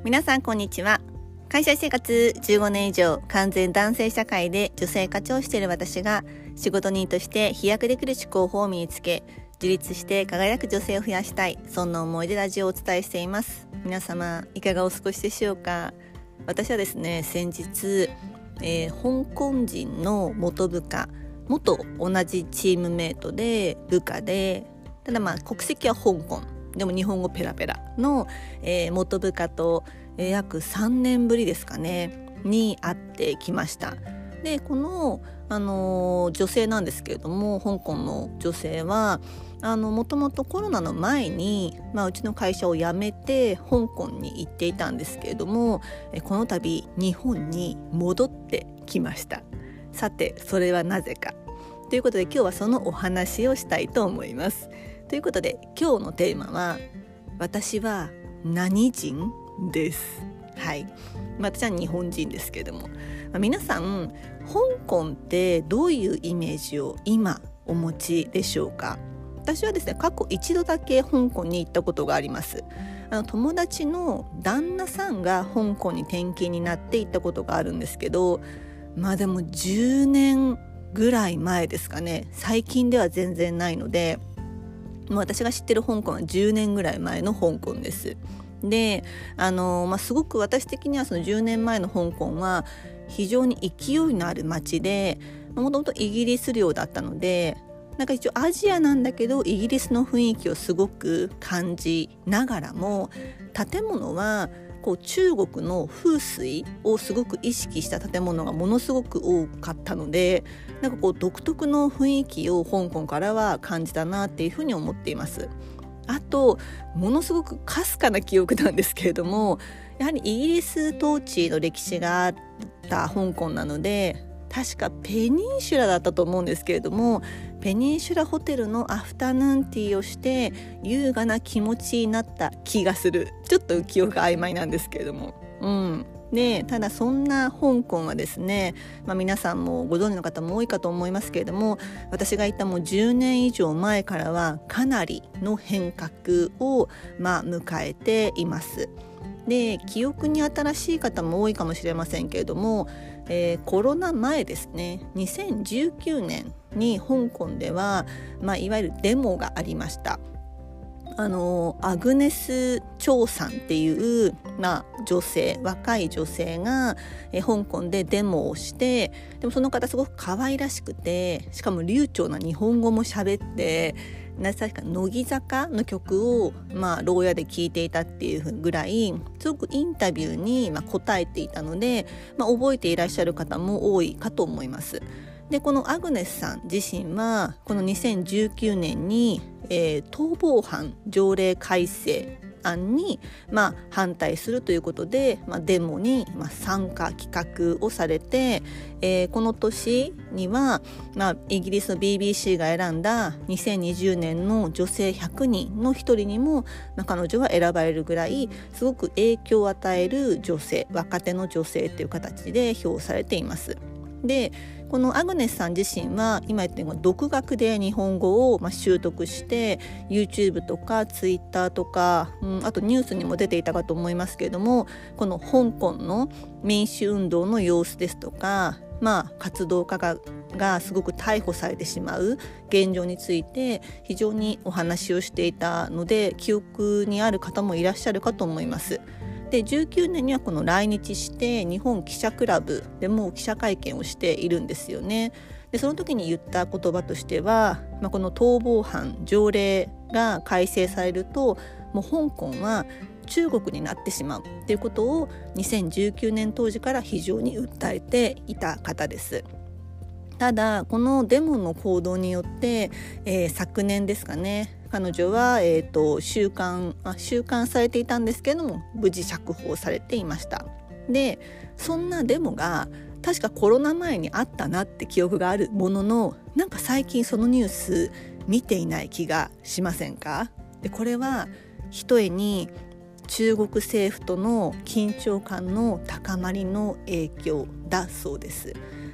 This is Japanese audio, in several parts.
皆さんこんにちは。会社生活15年以上、完全男性社会で女性課長をしている私が、仕事人として飛躍できる思考法を身につけ、自立して輝く女性を増やしたい、そんな思いでラジオをお伝えしています。皆様いかがお過ごしでしょうか。私はですね、先日、香港人の元部下、元同じチームメイトで部下で、ただ国籍は香港でも日本語ペラペラの、元部下と、約3年ぶりですかねに会ってきました。でこの、女性なんですけれども、香港の女性はもともとコロナの前に、うちの会社を辞めて香港に行っていたんですけれども、この度日本に戻ってきました。さてそれはなぜかということで、今日はそのお話をしたいと思います。ということで今日のテーマは、私は何人です。はい、私は日本人ですけれども、皆さん香港ってどういうイメージを今お持ちでしょうか。私はですね、過去一度だけ香港に行ったことがあります。友達の旦那さんが香港に転勤になって行ったことがあるんですけど、でも10年ぐらい前ですかね。最近では全然ないので、もう私が知ってる香港は10年ぐらい前の香港です。で、すごく私的にはその10年前の香港は非常に勢いのある街で、もともとイギリス領だったので、一応アジアなんだけどイギリスの雰囲気をすごく感じながらも、建物は中国の風水をすごく意識した建物がものすごく多かったので、独特の雰囲気を香港からは感じたなっていうふうに思っています。あとものすごくかすかな記憶なんですけれども、やはりイギリス統治の歴史があった香港なので、確かペニンシュラだったと思うんですけれども、ペニンシュラホテルのアフタヌーンティーをして優雅な気持ちになった気がする。ちょっと記憶が曖昧なんですけれども、ただそんな香港はですね、皆さんもご存知の方も多いかと思いますけれども、私が行ったもう10年以上前からはかなりの変革を迎えています。で、記憶に新しい方も多いかもしれませんけれども、コロナ前ですね、2019年に香港では、いわゆるデモがありました。アグネス・チョウさんっていう、女性、若い女性が、香港でデモをして、でもその方すごく可愛らしくて、しかも流暢な日本語も喋って、確か乃木坂の曲を牢屋で聴いていたっていうぐらい、すごくインタビューに答えていたので、覚えていらっしゃる方も多いかと思います。で、このアグネスさん自身はこの2019年に、逃亡犯条例改正案に、反対するということで、デモに、参加企画をされて、この年には、イギリスの BBC が選んだ2020年の女性100人の一人にも、彼女は選ばれるぐらいすごく影響を与える女性、若手の女性という形で評されています。で、このアグネスさん自身は今言ったように独学で日本語を習得して、 YouTube とか Twitter とか、あとニュースにも出ていたかと思いますけれども、この香港の民主運動の様子ですとか、活動家がすごく逮捕されてしまう現状について非常にお話をしていたので、記憶にある方もいらっしゃるかと思います。で、19年にはこの来日して日本記者クラブでも記者会見をしているんですよね。で、その時に言った言葉としては、この逃亡犯条例が改正されると、もう香港は中国になってしまうということを2019年当時から非常に訴えていた方です。ただこのデモの行動によって、昨年ですかね、彼女は、収監されていたんですけれども、無事釈放されていました。で、そんなデモが確かコロナ前にあったなって記憶があるものの、最近そのニュース見ていない気がしませんか。で、これはひとえに中国政府との緊張感の高まりの影響だそうです。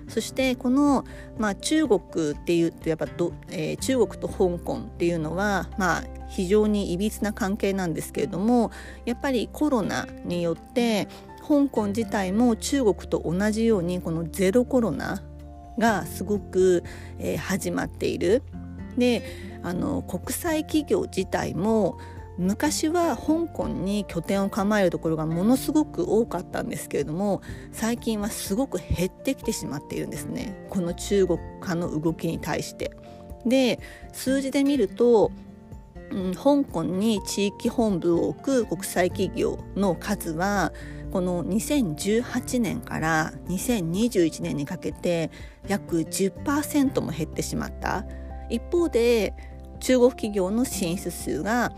そしてこの、中国っていうとやっぱ中国と香港っていうのは、非常にいびつな関係なんですけれども、やっぱりコロナによって香港自体も中国と同じようにこのゼロコロナがすごく、始まっている。で、国際企業自体も昔は香港に拠点を構えるところがものすごく多かったんですけれども、最近はすごく減ってきてしまっているんですね、この中国化の動きに対して。で、数字で見ると、香港に地域本部を置く国際企業の数はこの2018年から2021年にかけて約 10% も減ってしまった。一方で中国企業の進出数が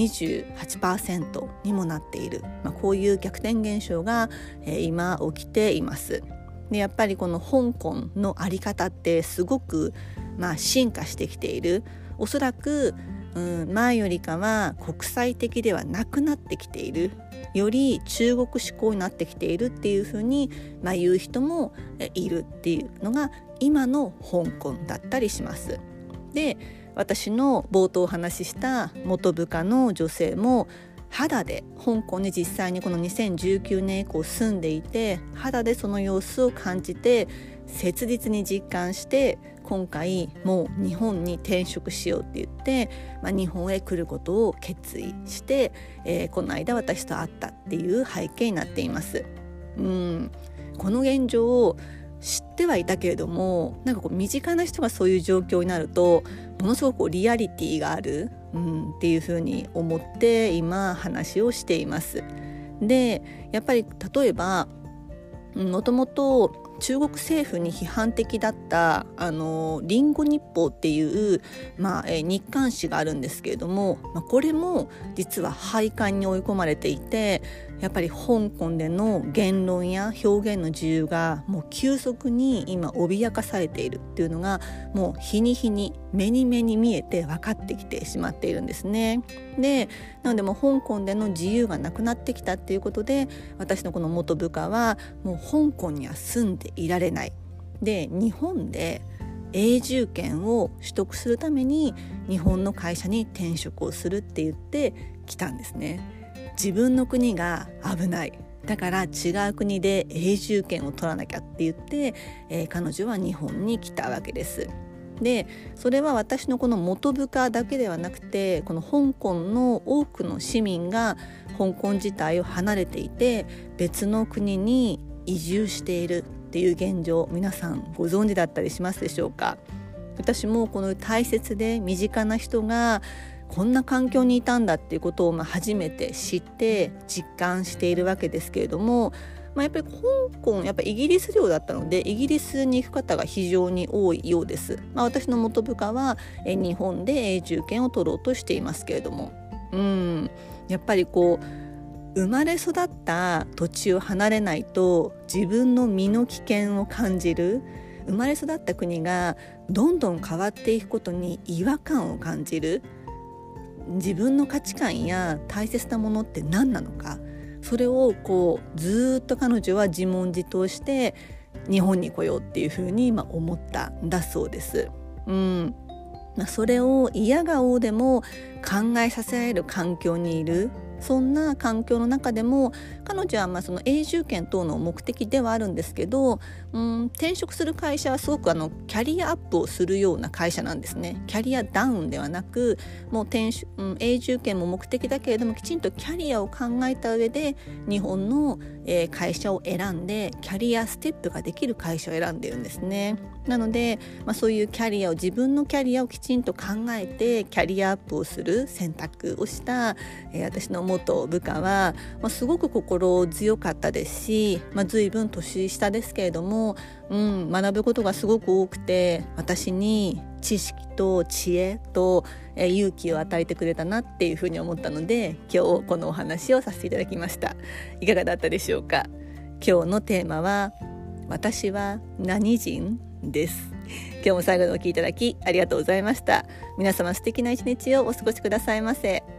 28% にもなっている、こういう逆転現象が、今起きています。で、やっぱりこの香港の在り方ってすごく、進化してきている。おそらく、前よりかは国際的ではなくなってきている、より中国志向になってきているっていうふうに、言う人もいるっていうのが今の香港だったりします。で、私の冒頭お話しした元部下の女性も肌で香港に実際にこの2019年以降住んでいて、肌でその様子を感じて切実に実感して、今回もう日本に転職しようって言って、日本へ来ることを決意して、この間私と会ったっていう背景になっています。この現状を知ってはいたけれども、身近な人がそういう状況になるとものすごくリアリティがある、っていうふうに思って今話をしています。で、やっぱり例えばもともと中国政府に批判的だったリンゴ日報っていう、日刊誌があるんですけれども、これも実は廃刊に追い込まれていて、やっぱり香港での言論や表現の自由がもう急速に今脅かされているっていうのがもう日に日に目に目に見えて分かってきてしまっているんですね。で、なのでもう香港での自由がなくなってきたっていうことで、私のこの元部下はもう香港には住んでいられない。で、日本で永住権を取得するために日本の会社に転職をするって言ってきたんですね。自分の国が危ない、だから違う国で永住権を取らなきゃって言って、彼女は日本に来たわけです。で、それは私のこの元部下だけではなくて、この香港の多くの市民が香港自体を離れていて別の国に移住しているっていう現状、皆さんご存知だったりしますでしょうか。私もこの大切で身近な人がこんな環境にいたんだっていうことを初めて知って実感しているわけですけれども、やっぱり香港やっぱイギリス領だったのでイギリスに行く方が非常に多いようです。私の元部下は日本で永住権を取ろうとしていますけれども、やっぱり生まれ育った土地を離れないと自分の身の危険を感じる。生まれ育った国がどんどん変わっていくことに違和感を感じる。自分の価値観や大切なものって何なのか、それをずっと彼女は自問自答して日本に来ようっていうふうに思ったんだそうです。それを嫌顔でも考えさせられる環境にいる。そんな環境の中でも彼女はその永住権等の目的ではあるんですけど、転職する会社はすごくキャリアアップをするような会社なんですね。キャリアダウンではなく、もう永住権も目的だけれどもきちんとキャリアを考えた上で日本の会社を選んでキャリアステップができる会社を選んでいるんですね。なので、そういうキャリアを自分のキャリアをきちんと考えてキャリアアップをする選択をした、私の元部下は、すごく心強かったですし、随分年下ですけれども、学ぶことがすごく多くて私に知識と知恵と勇気を与えてくれたなっていうふうに思ったので、今日このお話をさせていただきました。いかがだったでしょうか。今日のテーマは私は何人です。今日も最後までお聞きいただきありがとうございました。皆様素敵な一日をお過ごしくださいませ。